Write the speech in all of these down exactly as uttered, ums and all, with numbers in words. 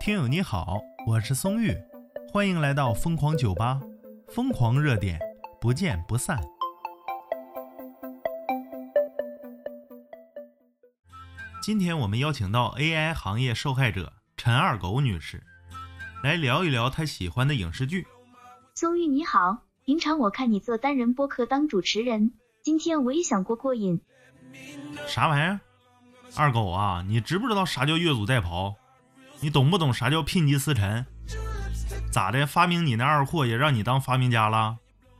听友你好，我是松玉，欢迎来到疯狂酒吧，疯狂热点，不见不散。今天我们邀请到 A I 行业受害者陈二狗女士，来聊一聊她喜欢的影视剧。 松玉你好，平常我看你做单人播客当主持人，今天我也想过过瘾。 啥玩意儿？二狗啊，你知不知道啥叫越俎代庖？你懂不懂啥叫牝鸡司晨？咋的，发明你那二货也让你当发明家了？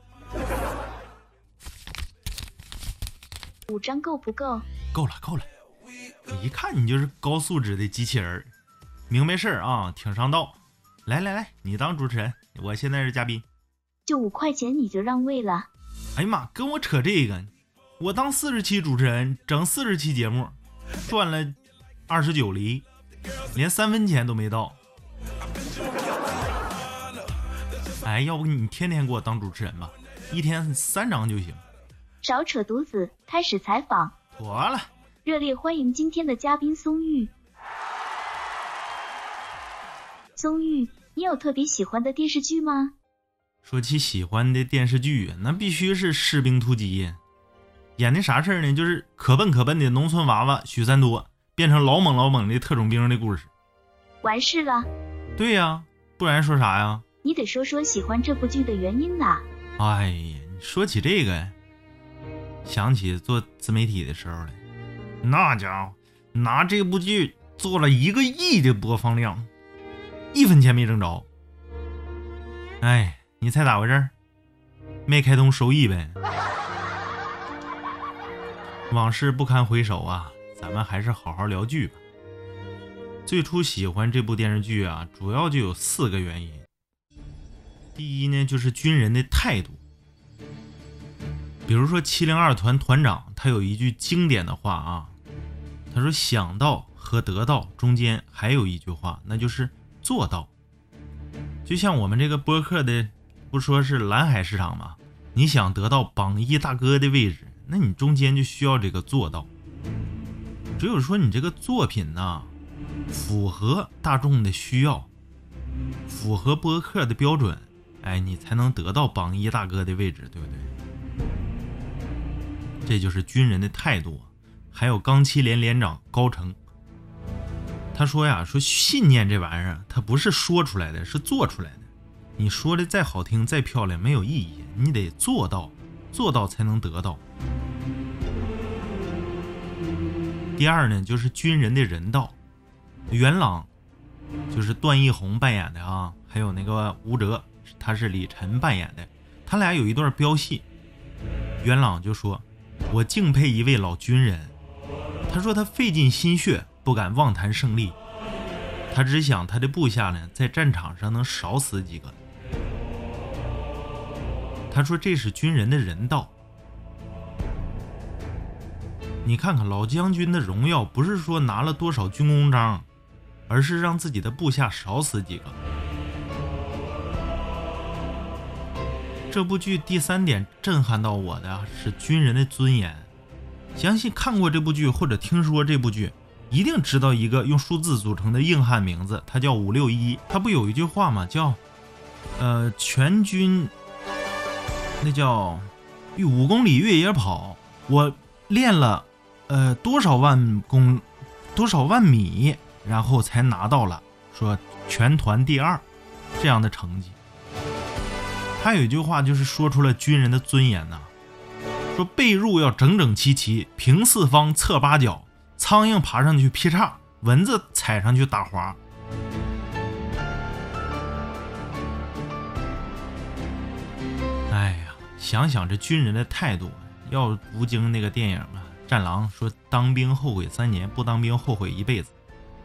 五张够不够？ 够了够了，一看你就是高素质的机器人。明白事儿啊，挺上道。来来来，你当主持人，我现在是嘉宾。 就五块钱你就让位了？ 哎呀妈，跟我扯这个，我当四十期主持人，整四十期节目，赚了二十九厘，连三分钱都没到。哎，要不你天天给我当主持人吧，一天三张就行。 少扯犊子，开始采访。 妥了， 热烈欢迎今天的嘉宾松玉。松玉，你有特别喜欢的电视剧吗？ 说起喜欢的电视剧，那必须是《士兵突击》。演的啥事儿呢？就是可笨可笨的农村娃娃许三多变成老猛老猛的特种兵的故事。 完事了。 对呀，不然说啥呀？ 你得说说喜欢这部剧的原因啦。 哎呀，说起这个，想起做自媒体的时候来，那家伙拿这部剧做了一个亿的播放量，一分钱没挣着。哎，你猜咋回事？没开通收益呗。往事不堪回首啊，咱们还是好好聊剧吧。最初喜欢这部电视剧啊，主要就有四个原因。第一呢，就是军人的态度。比如说七零二团团长，他有一句经典的话啊，他说想到和得到中间还有一句话，那就是做到。就像我们这个播客的，不说是蓝海市场吗？你想得到榜一大哥的位置，那你中间就需要这个做到。只有说你这个作品呢，符合大众的需要，符合播客的标准，哎，你才能得到榜一大哥的位置，对不对？这就是军人的态度。还有钢七连连长高成，他说呀，说信念这玩意儿，它不是说出来的，是做出来的。你说的再好听再漂亮没有意义，你得做到，做到才能得到。第二呢，就是军人的人道。元朗就是段奕宏扮演的啊，还有那个吴哲，他是李晨扮演的，他俩有一段飙戏。元朗就说，我敬佩一位老军人，他说他费尽心血不敢妄谈胜利，他只想他的部下呢在战场上能少死几个。他说这是军人的人道。你看看老将军的荣耀，不是说拿了多少军功章，而是让自己的部下少死几个。这部剧第三点震撼到我的是军人的尊严。相信看过这部剧或者听说这部剧，一定知道一个用数字组成的硬汉名字，他叫五六一。他不有一句话吗？叫呃全军那叫五公里越野跑，我练了呃多少万公多少万米，然后才拿到了说全团第二这样的成绩。他有一句话就是说出了军人的尊严呐、啊，说被褥要整整齐齐，平四方，侧八角，苍蝇爬上去劈叉，蚊子踩上去打滑。哎呀，想想这军人的态度，要吴京那个电影啊，战狼说当兵后悔三年，不当兵后悔一辈子。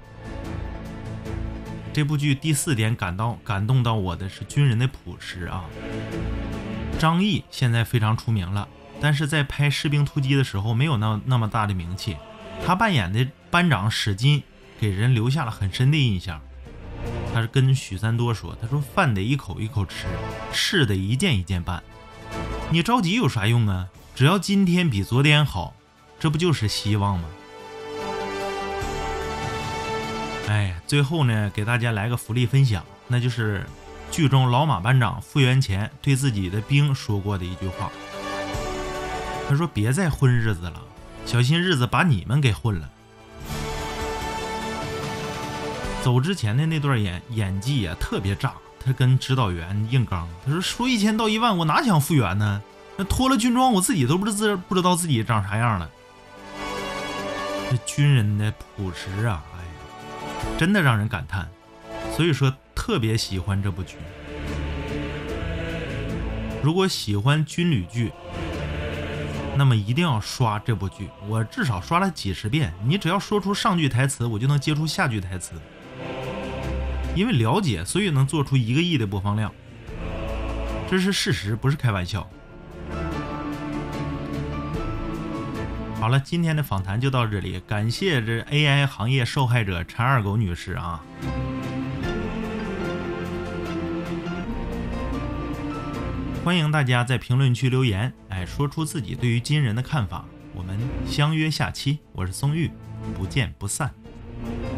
这部剧第四点感到感动到我的是军人的朴实啊。张译现在非常出名了，但是在拍《士兵突击》的时候没有那那么大的名气。他扮演的班长史金给人留下了很深的印象。他是跟许三多说，他说饭得一口一口吃，事得一件一件办。你着急有啥用啊？只要今天比昨天好，这不就是希望吗？ 哎，最后呢，给大家来个福利分享，那就是剧中老马班长复员前对自己的兵说过的一句话。他说：“别再混日子了，小心日子把你们给混了。”走之前的那段演演技啊，特别炸。他跟指导员硬刚，他说：“说一千道一万，我哪想复员呢？那脱了军装，我自己都不知不知道自己长啥样了。”这军人的朴实啊，哎呀，真的让人感叹。所以说，特别喜欢这部剧。如果喜欢军旅剧，那么一定要刷这部剧。我至少刷了几十遍。你只要说出上句台词，我就能接出下句台词。因为了解，所以能做出一个亿的播放量，这是事实，不是开玩笑。好了，今天的访谈就到这里，感谢这 A I 行业受害者陈二狗女士啊。欢迎大家在评论区留言，哎，说出自己对于金人的看法。我们相约下期，我是松玉，不见不散。